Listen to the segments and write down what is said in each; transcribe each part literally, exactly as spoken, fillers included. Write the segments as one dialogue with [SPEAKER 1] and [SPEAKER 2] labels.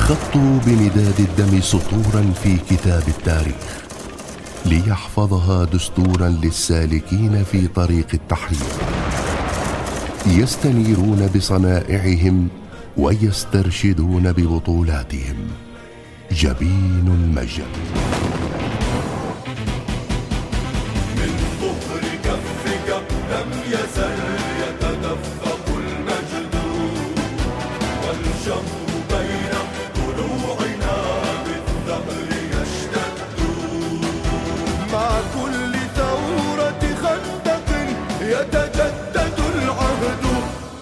[SPEAKER 1] خطوا بمداد الدم سطورا في كتاب التاريخ ليحفظها دستورا للسالكين في طريق التحرير، يستنيرون بصنائعهم ويسترشدون ببطولاتهم. جبين المجد.
[SPEAKER 2] من ظهر كفك لم يزل يتدفق المجد، والجمر بين ضلوعنا بالثغر يشتد. مع كل ثورة خندق يتجدد العهد.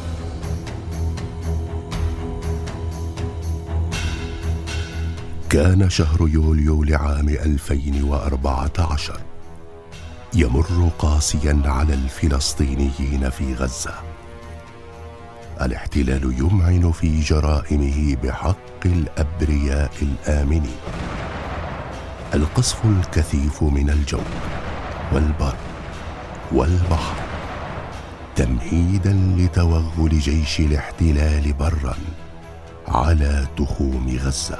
[SPEAKER 1] كان شهر يوليو لعام ألفين وأربعة عشر يمر قاسيا على الفلسطينيين في غزة. الاحتلال يمعن في جرائمه بحق الأبرياء الآمنين. القصف الكثيف من الجو والبر والبحر تمهيدا لتوغل جيش الاحتلال برا على تخوم غزة.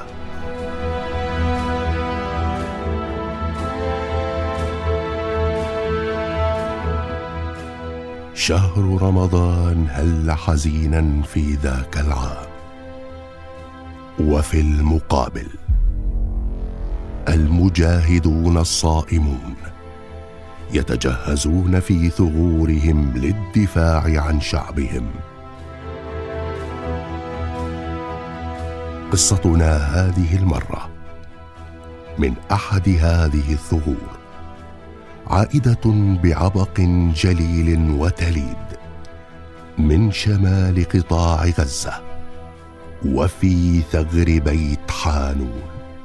[SPEAKER 1] شهر رمضان هل حزينا في ذاك العام. وفي المقابل المجاهدون الصائمون يتجهزون في ثغورهم للدفاع عن شعبهم. قصتنا هذه المرة من أحد هذه الثغور، عائدة بعبق جليل وتليد من شمال قطاع غزة وفي ثغر بيت حانون.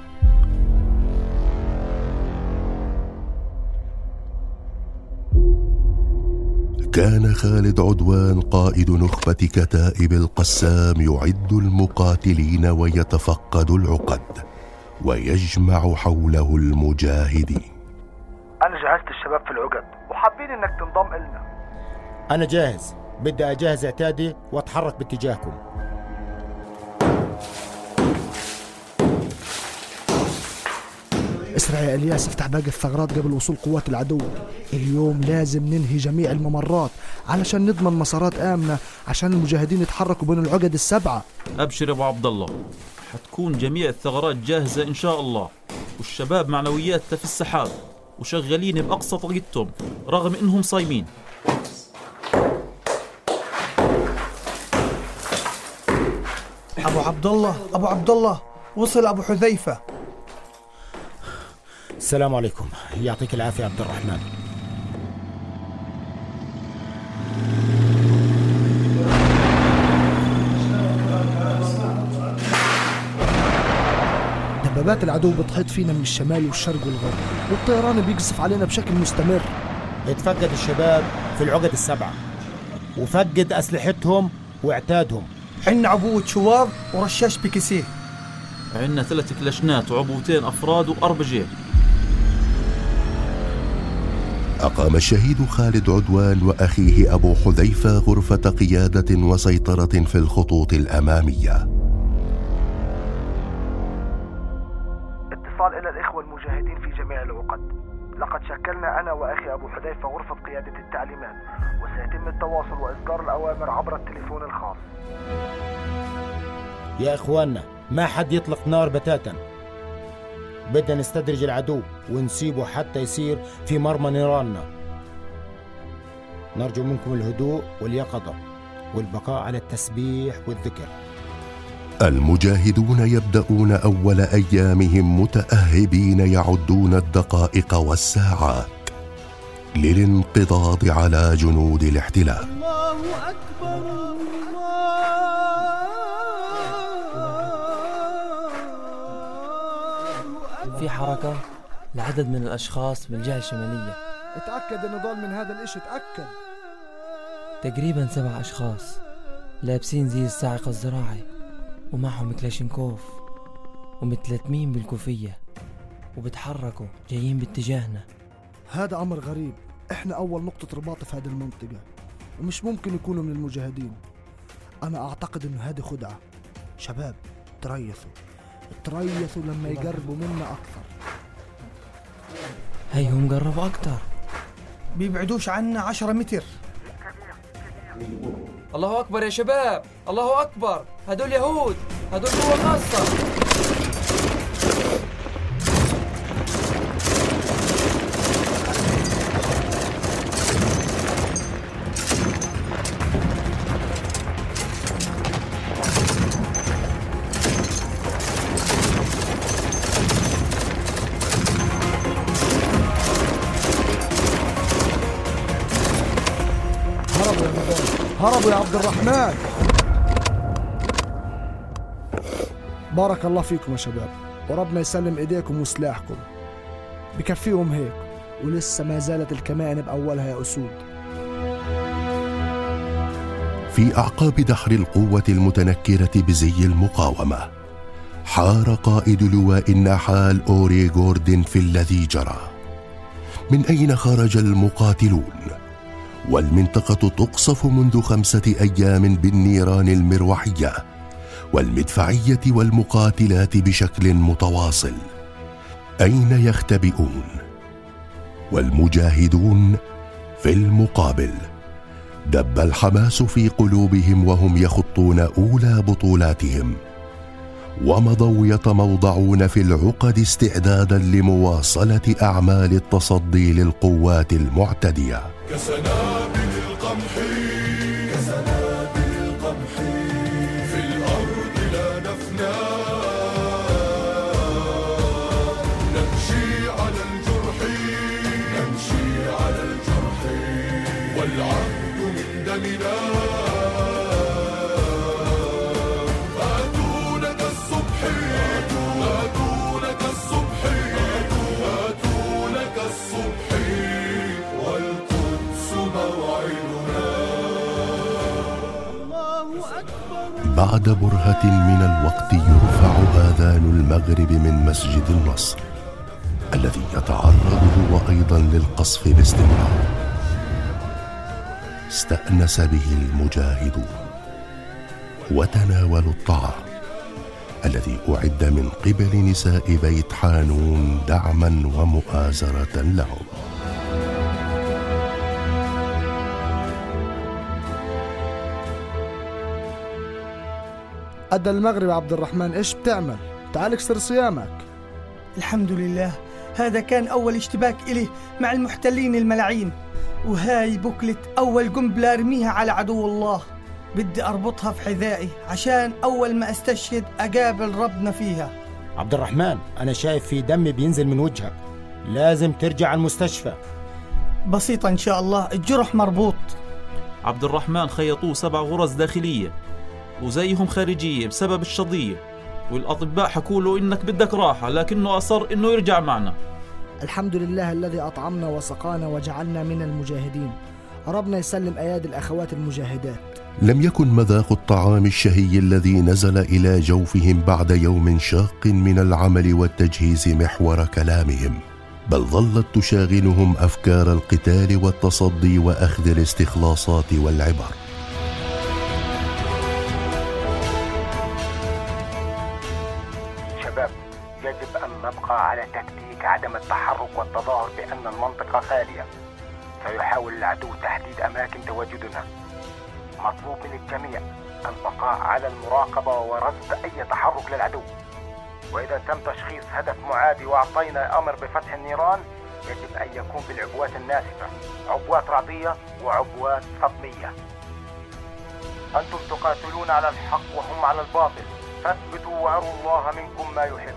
[SPEAKER 1] كان خالد عدوان قائد نخبة كتائب القسام يعد المقاتلين ويتفقد العقد ويجمع حوله المجاهدين.
[SPEAKER 3] أنا جهزت الشباب في العقد وحابين إنك تنضم إلنا.
[SPEAKER 4] أنا جاهز، بدي أجهز اعتادي وأتحرك باتجاهكم.
[SPEAKER 5] اسرع يا الياس، افتح باقي الثغرات قبل وصول قوات العدو. اليوم لازم ننهي جميع الممرات علشان نضمن مسارات آمنة عشان المجاهدين يتحركوا بين العقد السبعة.
[SPEAKER 6] أبشر يا أبو عبد الله، حتكون جميع الثغرات جاهزة إن شاء الله، والشباب معنوياتها في السحاب وشغالين بأقصى طريقتهم رغم إنهم صايمين.
[SPEAKER 7] أبو عبد الله أبو عبد الله وصل أبو حذيفة.
[SPEAKER 4] السلام عليكم، يعطيك العافية عبد الرحمن.
[SPEAKER 5] دبابات العدو بتحيط فينا من الشمال والشرق والغرب، والطيران بيقصف علينا بشكل مستمر.
[SPEAKER 4] اتفقد الشباب في العقد السبعة وفقد أسلحتهم واعتادهم.
[SPEAKER 7] عنا عبوة شواظ ورشاش بكسيه.
[SPEAKER 6] عنا ثلاث كلاشنات وعبوتين أفراد وأربجين.
[SPEAKER 1] أقام الشهيد خالد عدوان وأخيه أبو حذيفة غرفة قيادة وسيطرة في الخطوط الأمامية.
[SPEAKER 3] اتصال إلى الإخوة المجاهدين في جميع العقد. لقد شكلنا أنا وأخي أبو حذيفة غرفة قيادة التعليمات، وسيتم التواصل وإصدار الأوامر عبر التليفون الخاص.
[SPEAKER 4] يا إخواننا، ما حد يطلق نار بتاتا. بدنا نستدرج العدو ونسيبه حتى يصير في مرمى نيراننا. نرجو منكم الهدوء واليقظة والبقاء على التسبيح والذكر.
[SPEAKER 1] المجاهدون يبدأون أول أيامهم متأهبين، يعدون الدقائق والساعات للانقضاض على جنود الاحتلال.
[SPEAKER 2] الله أكبر الله.
[SPEAKER 8] في حركة لعدد من الأشخاص بالجهة الشمالية.
[SPEAKER 5] اتأكد إنه ضال من هذا الإشي، اتأكد.
[SPEAKER 8] تقريبا سبع أشخاص لابسين زي الصاعقة الزراعي ومعهم كلاشينكوف ومتلتمين بالكوفية وبتحركوا جايين باتجاهنا.
[SPEAKER 5] هذا أمر غريب، إحنا أول نقطة رباط في هذه المنطقة ومش ممكن يكونوا من المجاهدين. أنا أعتقد إنه هذه خدعة. شباب تريثوا، تريثوا لما يقربوا منا أكثر.
[SPEAKER 8] هيهم قربوا أكتر.
[SPEAKER 7] بيبعدوش عنا عشرة متر.
[SPEAKER 8] الله أكبر يا شباب، الله أكبر، هدول يهود، هدول قوة خاصة.
[SPEAKER 5] هربوا يا عبد الرحمن. بارك الله فيكم يا شباب، وربنا يسلم ايديكم وسلاحكم. بكفيهم هيك، ولسه ما زالت الكمائن بأولها يا أسود.
[SPEAKER 1] في أعقاب دحر القوة المتنكرة بزي المقاومة، حار قائد لواء النحال أوري غوردن في الذي جرى. من أين خرج المقاتلون؟ والمنطقة تقصف منذ خمسة أيام بالنيران المروحية والمدفعية والمقاتلات بشكل متواصل. أين يختبئون؟ والمجاهدون في المقابل دب الحماس في قلوبهم وهم يخطون أولى بطولاتهم، ومضوا يتموضعون في العقد استعدادا لمواصلة أعمال التصدي للقوات المعتدية.
[SPEAKER 2] كسنابل القمح كسنابل القمح في الأرض لا نفنى، نمشي على الجرح نمشي على الجرح والعهد من دمنا. آتونا كالصبح آتونا كالصبح آتونا كالصبح والقدس موعدنا.
[SPEAKER 1] بعد برهة من الوقت يرفع آذان المغرب من مسجد النصر الذي يتعرض هو أيضا للقصف باستمرار. استأنس به المجاهدون وتناولوا الطعام الذي أعد من قبل نساء بيت حانون دعما ومؤازرة لهم.
[SPEAKER 5] أدى المغرب عبد الرحمن، إيش بتعمل؟ تعال اكسر صيامك.
[SPEAKER 7] الحمد لله، هذا كان أول اشتباك إلي مع المحتلين الملاعين، وهاي بكلة أول قنبلة أرميها على عدو الله. بدي أربطها في حذائي عشان أول ما أستشهد أقابل ربنا فيها.
[SPEAKER 4] عبد الرحمن، أنا شايف في دم بينزل من وجهك، لازم ترجع المستشفى.
[SPEAKER 7] بسيطة إن شاء الله، الجرح مربوط.
[SPEAKER 6] عبد الرحمن خيطوه سبع غرز داخلية وزيهم خارجية بسبب الشظية، والأطباء حكوا له إنك بدك راحة، لكنه أصر إنه يرجع معنا.
[SPEAKER 5] الحمد لله الذي أطعمنا وسقانا وجعلنا من المجاهدين. ربنا يسلم أيادي الأخوات المجاهدات.
[SPEAKER 1] لم يكن مذاق الطعام الشهي الذي نزل إلى جوفهم بعد يوم شاق من العمل والتجهيز محور كلامهم، بل ظلت تشاغلهم أفكار القتال والتصدي وأخذ الاستخلاصات والعبر.
[SPEAKER 3] شباب، يجب أن نبقى على تكتيك عدم التحرك والتظاهر بأن المنطقة خالية. سيحاول العدو تحديد أماكن تواجدنا. مطلوب من الجميع البقاء على المراقبة ورصد أي تحرك للعدو، وإذا تم تشخيص هدف معادي وأعطينا أمر بفتح النيران يجب أن يكون بالعبوات الناسفة، عبوات رعدية وعبوات صدمية. أنتم تقاتلون على الحق وهم على الباطل، فاثبتوا وأروا الله منكم ما يحب.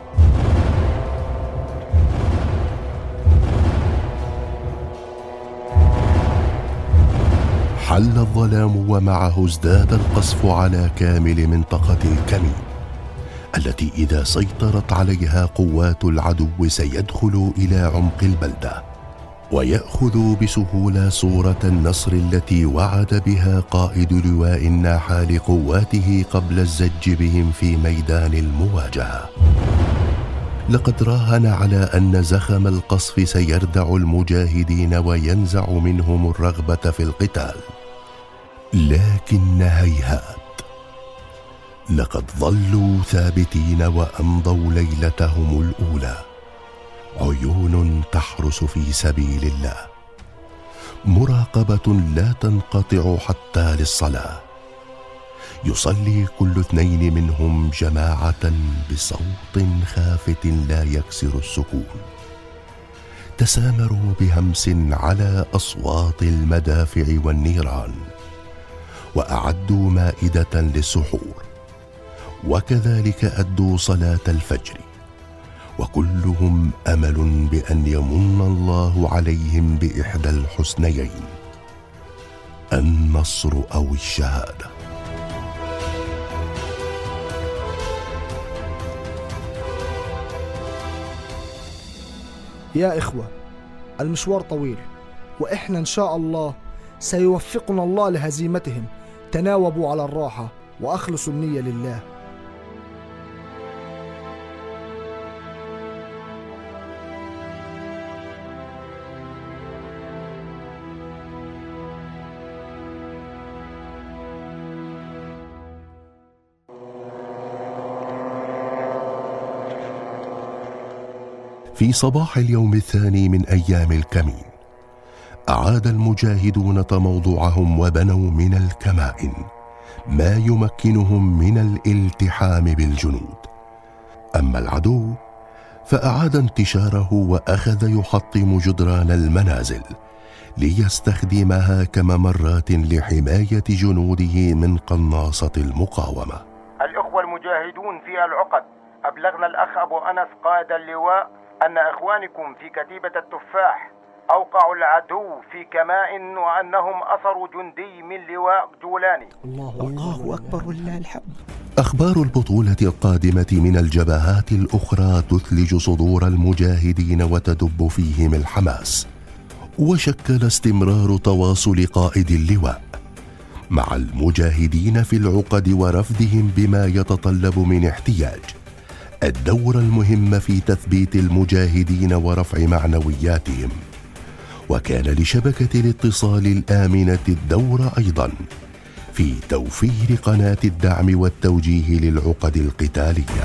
[SPEAKER 1] حل الظلام ومعه ازداد القصف على كامل منطقة الكمين التي إذا سيطرت عليها قوات العدو سيدخل إلى عمق البلدة ويأخذ بسهولة صورة النصر التي وعد بها قائد لواء النحال قواته قبل الزج بهم في ميدان المواجهة. لقد راهن على أن زخم القصف سيردع المجاهدين وينزع منهم الرغبة في القتال، لكن هيهات. لقد ظلوا ثابتين وأمضوا ليلتهم الأولى، عيون تحرس في سبيل الله، مراقبة لا تنقطع حتى للصلاة. يصلي كل اثنين منهم جماعة بصوت خافت لا يكسر السكون. تسامروا بهمس على أصوات المدافع والنيران، وأعدوا مائدة للسحور، وكذلك أدوا صلاة الفجر، وكلهم أمل بأن يمن الله عليهم بإحدى الحسنيين، النصر أو الشهادة.
[SPEAKER 5] يا إخوة، المشوار طويل، وإحنا إن شاء الله سيوفقنا الله لهزيمتهم. تناوبوا على الراحة وأخلصوا النية لله.
[SPEAKER 1] في صباح اليوم الثاني من أيام الكمين، أعاد المجاهدون تموضعهم وبنوا من الكمائن ما يمكنهم من الالتحام بالجنود. أما العدو فأعاد انتشاره وأخذ يحطم جدران المنازل ليستخدمها كممرات لحماية جنوده من قناصة المقاومة.
[SPEAKER 3] الإخوة المجاهدون في العقد، أبلغنا الأخ أبو أنس قائد اللواء أن إخوانكم في كتيبة التفاح أوقعوا العدو في كمائن، وأنهم أسروا جندي من لواء جولاني.
[SPEAKER 5] الله,
[SPEAKER 9] الله أكبر ولله الحمد.
[SPEAKER 1] أخبار البطولة القادمة من الجبهات الأخرى تثلج صدور المجاهدين وتدب فيهم الحماس، وشكل استمرار تواصل قائد اللواء مع المجاهدين في العقد ورفدهم بما يتطلب من احتياج الدور المهم في تثبيت المجاهدين ورفع معنوياتهم. وكان لشبكة الاتصال الآمنة الدور أيضا في توفير قناة الدعم والتوجيه للعقد القتالية.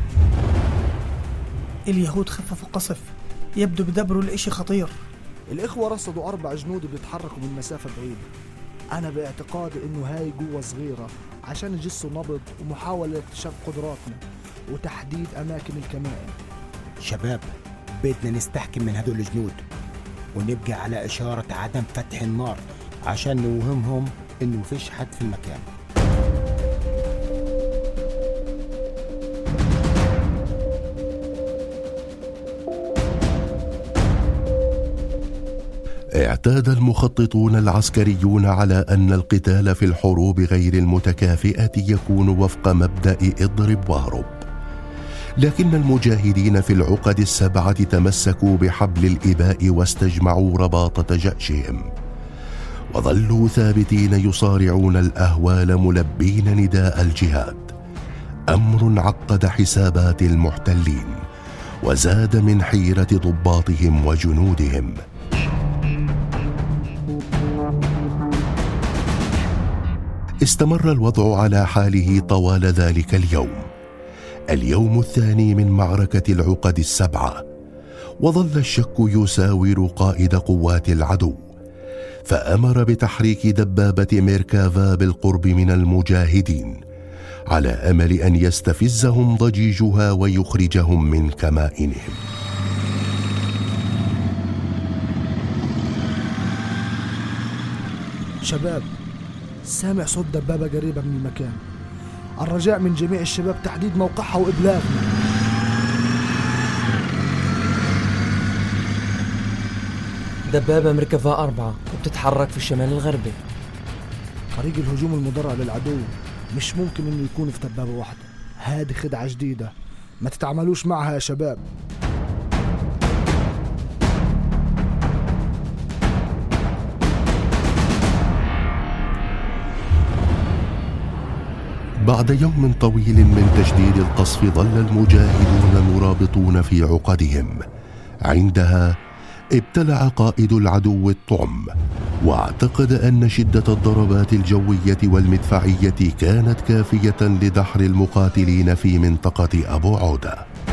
[SPEAKER 7] اليهود خففوا قصف، يبدو بدبروا الإشي خطير.
[SPEAKER 5] الإخوة رصدوا أربع جنود بيتحركوا من مسافة بعيدة. أنا باعتقادي إنه هاي قوة صغيرة عشان يجسوا نبض ومحاولة اكتشاف قدراتنا وتحديد أماكن الكمائن.
[SPEAKER 4] شباب، بدنا نستحكم من هدول الجنود ونبقى على إشارة عدم فتح النار عشان نوهمهم إنه فيش حد في المكان.
[SPEAKER 1] اعتاد المخططون العسكريون على أن القتال في الحروب غير المتكافئة يكون وفق مبدأ اضرب واهرب، لكن المجاهدين في العقد السبعة تمسكوا بحبل الإباء واستجمعوا رباطة جأشهم، وظلوا ثابتين يصارعون الأهوال ملبين نداء الجهاد. أمر عقد حسابات المحتلين وزاد من حيرة ضباطهم وجنودهم. استمر الوضع على حاله طوال ذلك اليوم، اليوم الثاني من معركة العقد السبعة، وظل الشك يساور قائد قوات العدو، فأمر بتحريك دبابة ميركافا بالقرب من المجاهدين على أمل أن يستفزهم ضجيجها ويخرجهم من كمائنهم.
[SPEAKER 5] شباب، سامع صوت دبابة قريبة من المكان. الرجاء من جميع الشباب تحديد موقعها وإبلاغنا.
[SPEAKER 8] دبابة مركفة أربعة وبتتحرك في الشمال الغربي.
[SPEAKER 5] طريق الهجوم المدرع للعدو مش ممكن إنه يكون في دبابة واحدة. هذه خدعة جديدة، ما تتعاملوش معها يا شباب.
[SPEAKER 1] بعد يوم طويل من تشديد القصف ظل المجاهدون مرابطون في عقدهم. عندها ابتلع قائد العدو الطعم، واعتقد أن شدة الضربات الجوية والمدفعية كانت كافية لدحر المقاتلين في منطقة أبو عودة.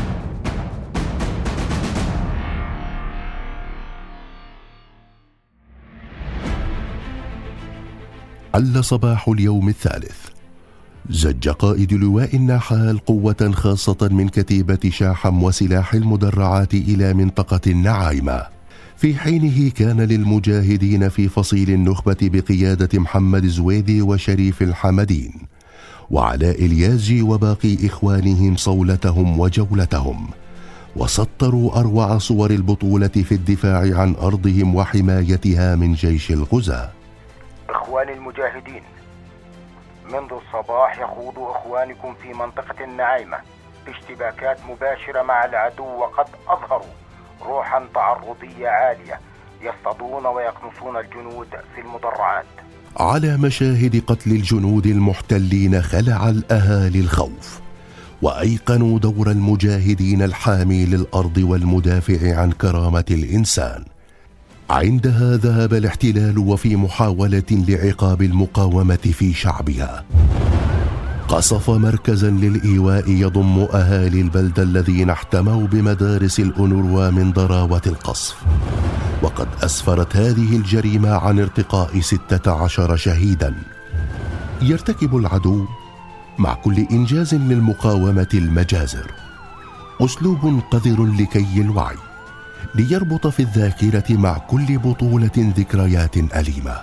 [SPEAKER 1] حل صباح اليوم الثالث، زج قائد لواء الناحال قوة خاصة من كتيبة شاحم وسلاح المدرعات إلى منطقة النعايمة، في حينه كان للمجاهدين في فصيل النخبة بقيادة محمد زويدي وشريف الحمدين وعلاء اليازي وباقي إخوانهم صولتهم وجولتهم، وسطروا أروع صور البطولة في الدفاع عن أرضهم وحمايتها من جيش الغزاة.
[SPEAKER 3] إخواني المجاهدين، منذ الصباح يخوض إخوانكم في منطقة النعايمة باشتباكات مباشرة مع العدو، وقد أظهروا روحا تعرضية عالية، يصطادون ويقنصون الجنود في المدرعات.
[SPEAKER 1] على مشاهد قتل الجنود المحتلين خلع الأهالي الخوف، وأيقنوا دور المجاهدين الحامي للأرض والمدافع عن كرامة الإنسان. عندها ذهب الاحتلال وفي محاولة لعقاب المقاومة في شعبها قصف مركزا للإيواء يضم أهالي البلدة الذين احتموا بمدارس الأونروا من ضراوة القصف، وقد أسفرت هذه الجريمة عن ارتقاء ستة عشر شهيدا. يرتكب العدو مع كل إنجاز للمقاومة المجازر، أسلوب قذر لكي الوعي ليربط في الذاكرة مع كل بطولة ذكريات أليمة.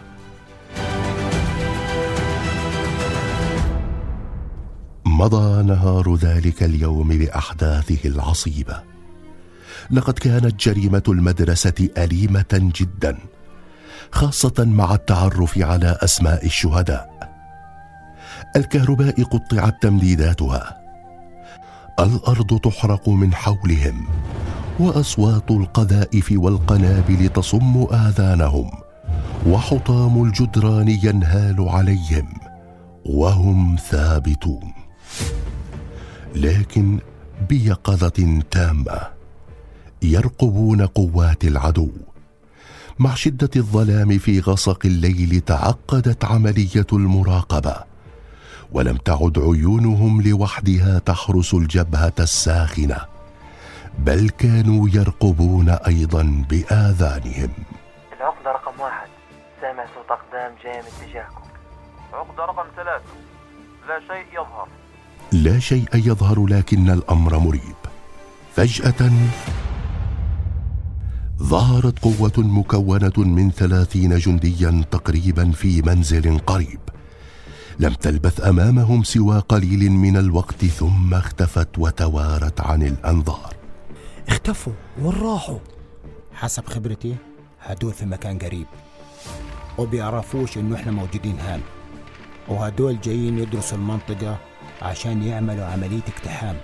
[SPEAKER 1] مضى نهار ذلك اليوم بأحداثه العصيبة. لقد كانت جريمة المدرسة أليمة جدا، خاصة مع التعرف على أسماء الشهداء. الكهرباء قطعت تمديداتها، الأرض تحرق من حولهم، وأصوات القذائف والقنابل تصم آذانهم، وحطام الجدران ينهال عليهم وهم ثابتون، لكن بيقظة تامة يرقبون قوات العدو. مع شدة الظلام في غسق الليل تعقدت عملية المراقبة، ولم تعد عيونهم لوحدها تحرس الجبهة الساخنة، بل كانوا يرقبون أيضا بآذانهم.
[SPEAKER 10] العقدة رقم واحد، سامع صوت أقدام جاية من اتجاهكم.
[SPEAKER 6] عقدة رقم ثلاثة، لا شيء يظهر.
[SPEAKER 1] لا شيء يظهر، لكن الأمر مريب. فجأة ظهرت قوة مكونة من ثلاثين جنديا تقريبا في منزل قريب. لم تلبث أمامهم سوى قليل من الوقت ثم اختفت وتوارت عن الأنظار.
[SPEAKER 5] اختفوا وراحوا.
[SPEAKER 4] حسب خبرتي هدول في مكان قريب وبيعرفوش انه احنا موجودين هان، وهدول جايين يدرسوا المنطقة عشان يعملوا عملية اقتحام.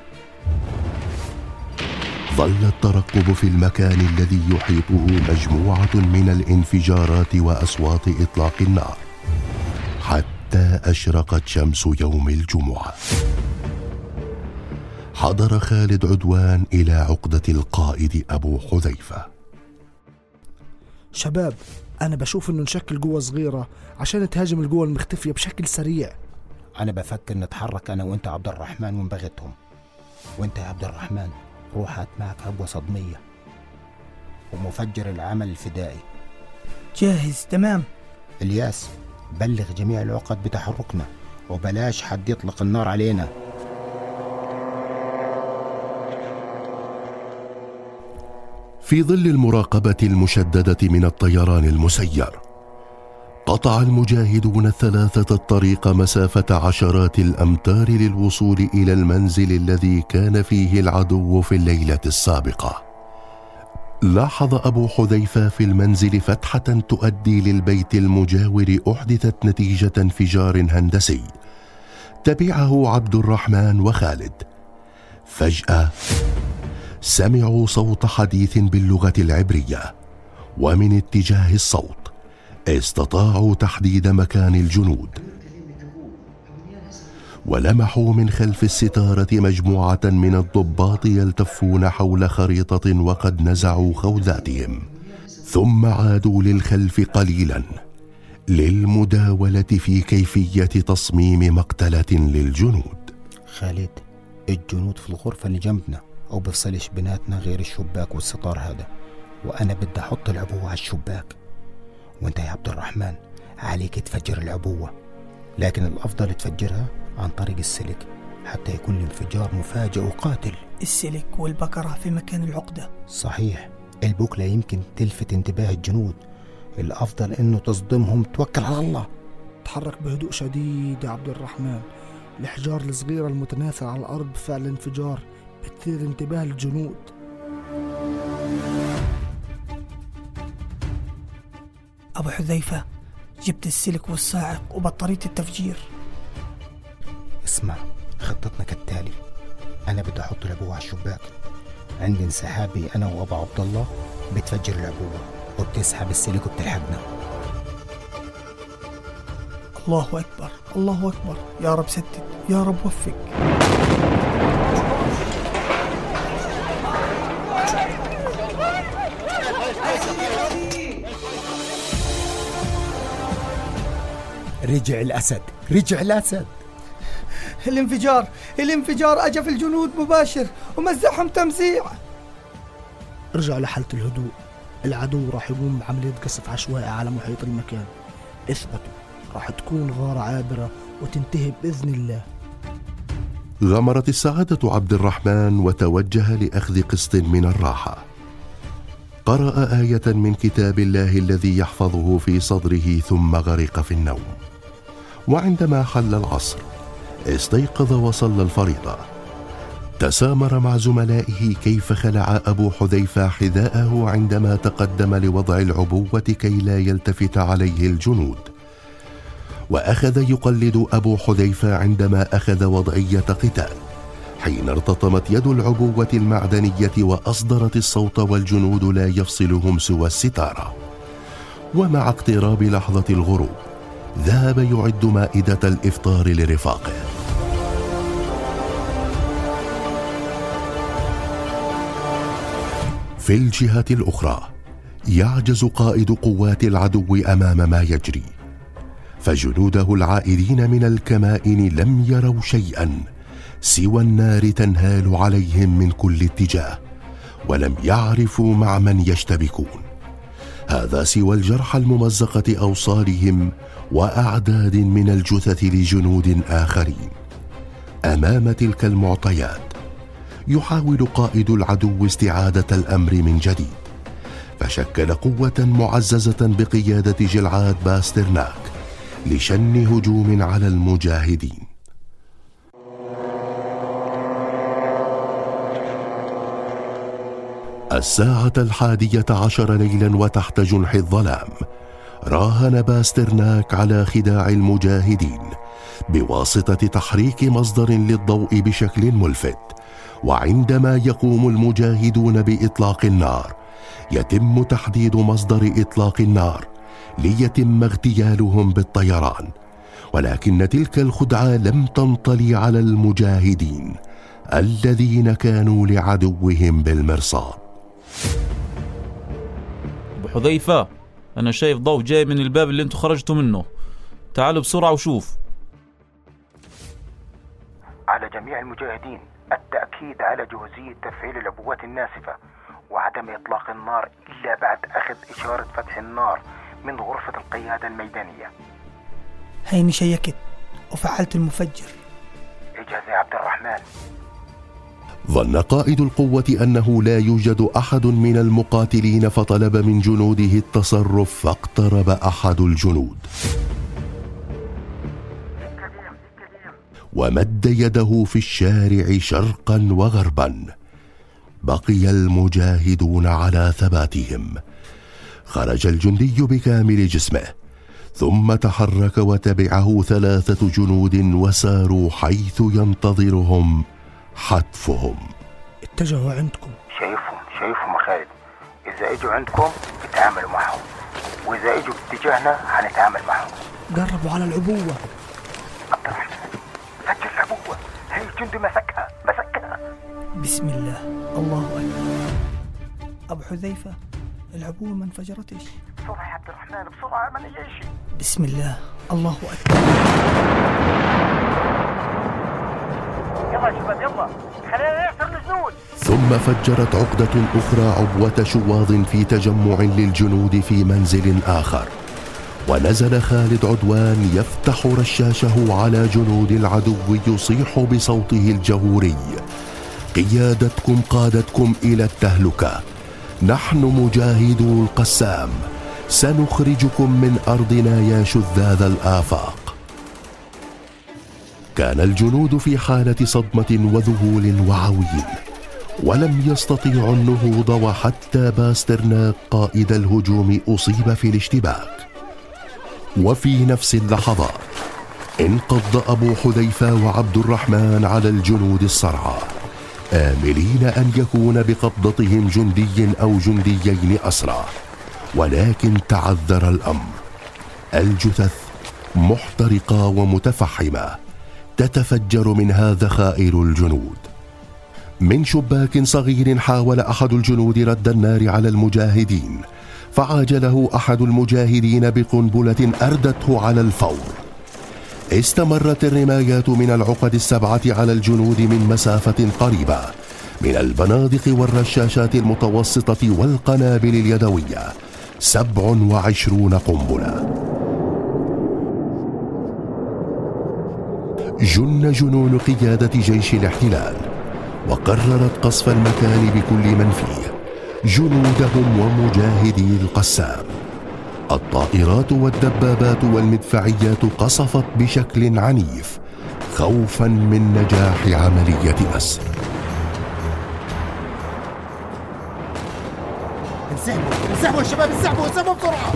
[SPEAKER 1] ظل الترقب في المكان الذي يحيطه مجموعة من الانفجارات وأصوات إطلاق النار حتى أشرقت شمس يوم الجمعة. حضر خالد عدوان إلى عقدة القائد أبو حذيفة.
[SPEAKER 5] شباب، أنا بشوف إنه نشكل قوة صغيرة عشان تهاجم القوة المختفية بشكل سريع.
[SPEAKER 4] أنا بفكر نتحرك أنا وأنت عبد الرحمن ونبغتهم، وأنت يا عبد الرحمن روح هات معك عبوة صدمية ومفجر العمل الفدائي.
[SPEAKER 7] جاهز تمام.
[SPEAKER 4] الياس، بلغ جميع العقد بتحركنا وبلاش حد يطلق النار علينا.
[SPEAKER 1] في ظل المراقبة المشددة من الطيران المسير، قطع المجاهدون الثلاثة الطريق مسافة عشرات الأمتار للوصول إلى المنزل الذي كان فيه العدو في الليلة السابقة. لاحظ أبو حذيفة في المنزل فتحة تؤدي للبيت المجاور أحدثت نتيجة انفجار هندسي. تبعه عبد الرحمن وخالد. فجأة سمعوا صوت حديث باللغة العبرية، ومن اتجاه الصوت استطاعوا تحديد مكان الجنود، ولمحوا من خلف الستارة مجموعة من الضباط يلتفون حول خريطة وقد نزعوا خوذاتهم. ثم عادوا للخلف قليلا للمداولة في كيفية تصميم مقتلة للجنود.
[SPEAKER 4] خالد، الجنود في الغرفة اللي جنبنا أو بفصلش بيناتنا غير الشباك والستار هذا، وأنا بدي أحط العبوة على الشباك، وأنت يا عبد الرحمن عليك تفجر العبوة، لكن الأفضل تفجرها عن طريق السلك حتى يكون الانفجار مفاجئ وقاتل.
[SPEAKER 7] السلك والبكرة في مكان العقدة.
[SPEAKER 4] صحيح، البوكلة يمكن تلفت انتباه الجنود، الأفضل إنه تصدمهم. توكل على الله.
[SPEAKER 5] تحرك بهدوء شديد يا عبد الرحمن. الأحجار الصغيرة المتناثرة على الأرض بفعل الانفجار بتثير انتباه الجنود.
[SPEAKER 7] أبو حذيفة، جبت السلك والصاعق وبطارية التفجير.
[SPEAKER 4] اسمع، خطتنا كالتالي: أنا بدي أحط العبوة على الشباك، عندي انسحابي أنا وأبو عبد الله بتفجر العبوة وبتسحب السلك وبتلحقنا.
[SPEAKER 7] الله أكبر، الله أكبر، يا رب سدد، يا رب وفق.
[SPEAKER 4] رجع الأسد، رجع الأسد.
[SPEAKER 7] الانفجار الانفجار أجى في الجنود مباشر ومزعهم تمزيع.
[SPEAKER 5] ارجعوا لحالة الهدوء، العدو راح يقوم بعملية قصف عشوائي على محيط المكان. اثبتوا، راح تكون غارة عابرة وتنتهي بإذن الله.
[SPEAKER 1] غمرت السعادة عبد الرحمن وتوجه لأخذ قسط من الراحة. قرأ آية من كتاب الله الذي يحفظه في صدره ثم غرق في النوم. وعندما حل العصر استيقظ وصلى الفريضة. تسامر مع زملائه كيف خلع أبو حذيفة حذاءه عندما تقدم لوضع العبوة كي لا يلتفت عليه الجنود، وأخذ يقلد أبو حذيفة عندما أخذ وضعية قتال حين ارتطمت يد العبوة المعدنية وأصدرت الصوت والجنود لا يفصلهم سوى الستارة. ومع اقتراب لحظة الغروب ذهب يعد مائدة الإفطار لرفاقه. في الجهة الأخرى يعجز قائد قوات العدو أمام ما يجري، فجنوده العائدين من الكمائن لم يروا شيئا سوى النار تنهال عليهم من كل اتجاه، ولم يعرفوا مع من يشتبكون، هذا سوى الجرحى الممزقة أوصالهم وأعداد من الجثث لجنود آخرين. أمام تلك المعطيات يحاول قائد العدو استعادة الأمر من جديد، فشكل قوة معززة بقيادة جلعاد باسترناك لشن هجوم على المجاهدين. الساعة الحادية عشر ليلا وتحت جنح الظلام راهن باسترناك على خداع المجاهدين بواسطة تحريك مصدر للضوء بشكل ملفت، وعندما يقوم المجاهدون بإطلاق النار يتم تحديد مصدر إطلاق النار ليتم اغتيالهم بالطيران، ولكن تلك الخدعة لم تنطلي على المجاهدين الذين كانوا لعدوهم بالمرصاد.
[SPEAKER 6] أبو حذيفة، أنا شايف ضوء جاي من الباب اللي انتوا خرجتوا منه، تعالوا بسرعة وشوف.
[SPEAKER 3] على جميع المجاهدين التأكيد على جوزية تفعيل العبوات الناسفة وعدم إطلاق النار إلا بعد أخذ إشارة فتح النار من غرفة القيادة الميدانية.
[SPEAKER 7] هيني شيكت وفعلت المفجر.
[SPEAKER 3] إجازة يا عبد الرحمن.
[SPEAKER 1] ظن قائد القوة أنه لا يوجد أحد من المقاتلين فطلب من جنوده التصرف، فاقترب أحد الجنود ومد يده في الشارع شرقا وغربا. بقي المجاهدون على ثباتهم. خرج الجندي بكامل جسمه ثم تحرك وتبعه ثلاثة جنود وساروا حيث ينتظرهم حتفهم.
[SPEAKER 5] اتجهوا عندكم.
[SPEAKER 3] شايفهم شايفهم يا خالد، إذا اجوا عندكم اتعاملوا معهم، وإذا اجوا باتجاهنا هنتعامل معهم.
[SPEAKER 5] قربوا على العبوة.
[SPEAKER 3] عبد الرحمن، فجر العبوة، هي الجندي مسكها مسكها.
[SPEAKER 7] بسم الله، الله أكبر. أبو حذيفة، العبوة ما انفجرتش.
[SPEAKER 3] بسرعة يا عبد الرحمن بسرعة ما نجيش.
[SPEAKER 7] بسم الله، الله أكبر.
[SPEAKER 3] يلا يا شباب يلا خلينا نعثر الجنود.
[SPEAKER 1] ثم فجرت عقدة أخرى عبوة شواظ في تجمع للجنود في منزل آخر، ونزل خالد عدوان يفتح رشاشه على جنود العدو يصيح بصوته الجهوري: قيادتكم قادتكم إلى التهلكة، نحن مجاهدو القسام، سنخرجكم من أرضنا يا شذاذ الآفاق. كان الجنود في حالة صدمة وذهول وعويل، ولم يستطيعوا النهوض، وحتى باسترناك قائد الهجوم أصيب في الاشتباك. وفي نفس اللحظات انقض أبو حذيفة وعبد الرحمن على الجنود الصرعى، آملين أن يكون بقبضتهم جندي أو جنديين أسرى، ولكن تعذر الأمر. الجثث محترقة ومتفحمة تتفجر منها ذخائر الجنود. من شباك صغير حاول أحد الجنود رد النار على المجاهدين، فعاجله أحد المجاهدين بقنبلة أردته على الفور. استمرت الرمايات من العقد السبعة على الجنود من مسافة قريبة، من البنادق والرشاشات المتوسطة والقنابل اليدوية، سبع وعشرون قنبلة. جن جنون قيادة جيش الاحتلال، وقررت قصف المكان بكل من فيه، جنودهم ومجاهدي القسام. الطائرات والدبابات والمدفعيات قصفت بشكل عنيف، خوفا من نجاح عملية أسر.
[SPEAKER 11] انسحبوا انسحبوا يا شباب، انسحبوا انسحبوا بسرعة.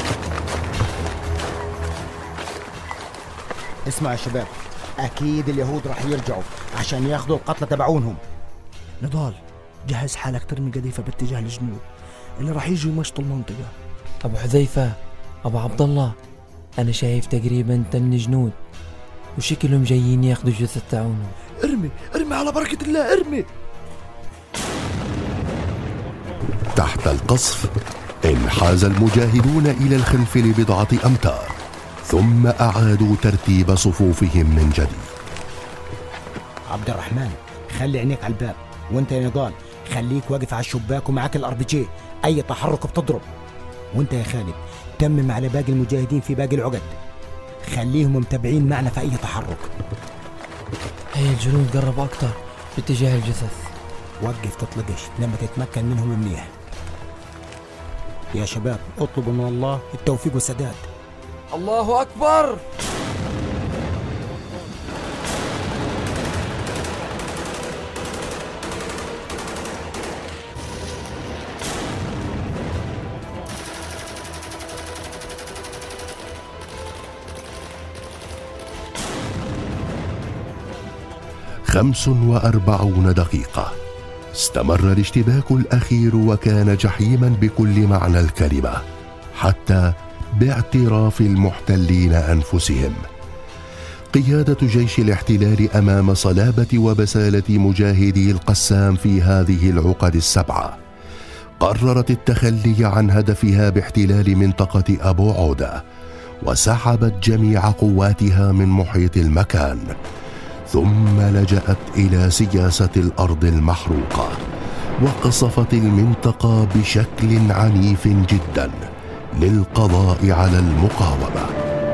[SPEAKER 4] اسمع يا شباب، أكيد اليهود راح يرجعوا عشان ياخذوا القتلى تبعونهم.
[SPEAKER 5] نضال، جهز حالك ترمي قذيفة باتجاه الجنود اللي راح يجوا يمشطوا المنطقة.
[SPEAKER 8] أبو حذيفة، أبو عبد الله، أنا شايف تقريبا تمن جنود وشكلهم جايين ياخذوا جثث تاعونهم.
[SPEAKER 5] ارمي ارمي على بركة الله، ارمي.
[SPEAKER 1] تحت القصف انحاز المجاهدون إلى الخلف لبضعة أمتار، ثم أعادوا ترتيب صفوفهم من جديد.
[SPEAKER 4] عبد الرحمن، خلي عينيك على الباب، وانت يا نضال خليك واقف على الشباك ومعاك الار بي جي، اي تحرك بتضرب. وانت يا خالد تمم على باقي المجاهدين في باقي العقد، خليهم متابعين معنا في اي تحرك.
[SPEAKER 8] هي الجنود قرب اكتر باتجاه الجثث.
[SPEAKER 4] وقف تطلقش لما تتمكن منهم منيح. يا شباب اطلبوا من الله التوفيق والسداد.
[SPEAKER 8] الله اكبر.
[SPEAKER 1] خمس وأربعون دقيقة استمر الاشتباك الأخير، وكان جحيما بكل معنى الكلمة، حتى باعتراف المحتلين أنفسهم. قيادة جيش الاحتلال أمام صلابة وبسالة مجاهدي القسام في هذه العقد السبعة قررت التخلي عن هدفها باحتلال منطقة أبو عودة، وسحبت جميع قواتها من محيط المكان، ثم لجأت إلى سياسة الأرض المحروقة، وقصفت المنطقة بشكل عنيف جدا للقضاء على المقاومة.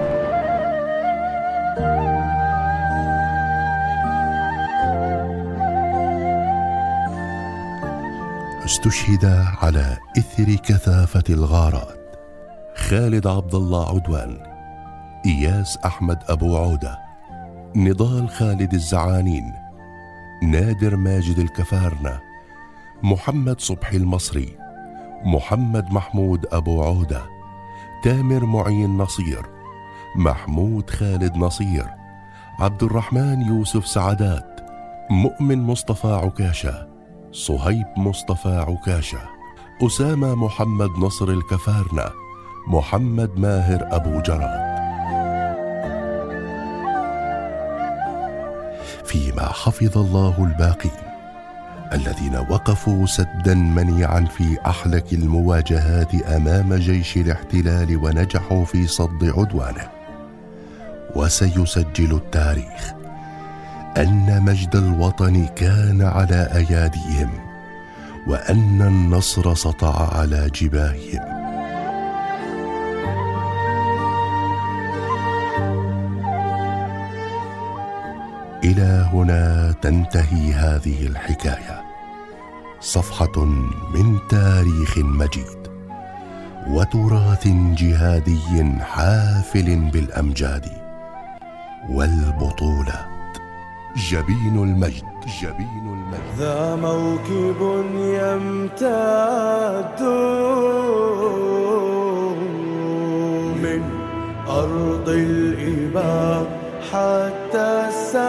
[SPEAKER 1] استشهد على إثر كثافة الغارات خالد عبد الله عدوان، إياس أحمد أبو عودة، نضال خالد الزعانين، نادر ماجد الكفارنة، محمد صبحي المصري، محمد محمود أبو عودة، تامر معين نصير، محمود خالد نصير، عبد الرحمن يوسف سعدات، مؤمن مصطفى عكاشة، صهيب مصطفى عكاشة، أسامة محمد نصر الكفارنة، محمد ماهر أبو جراد. فيما حفظ الله الباقين الذين وقفوا سدا منيعا في أحلك المواجهات أمام جيش الاحتلال ونجحوا في صد عدوانه. وسيسجل التاريخ أن مجد الوطن كان على أياديهم، وأن النصر سطع على جباههم. إلى هنا تنتهي هذه الحكاية، صفحة من تاريخ مجيد وتراث جهادي حافل بالأمجاد والبطولات. جبين المجد، جبين المجد.
[SPEAKER 2] ذا موكب يمتد من أرض الإباء حتى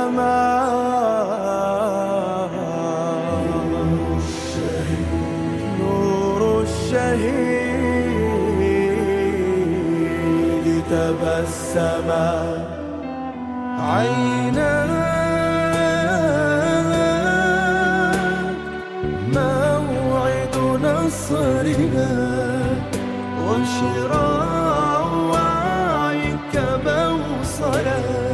[SPEAKER 2] السماء. نور الشهيد، نور الشهيد تبسم عيناك، موعد نصرنا وشراع وعيك بوصلك.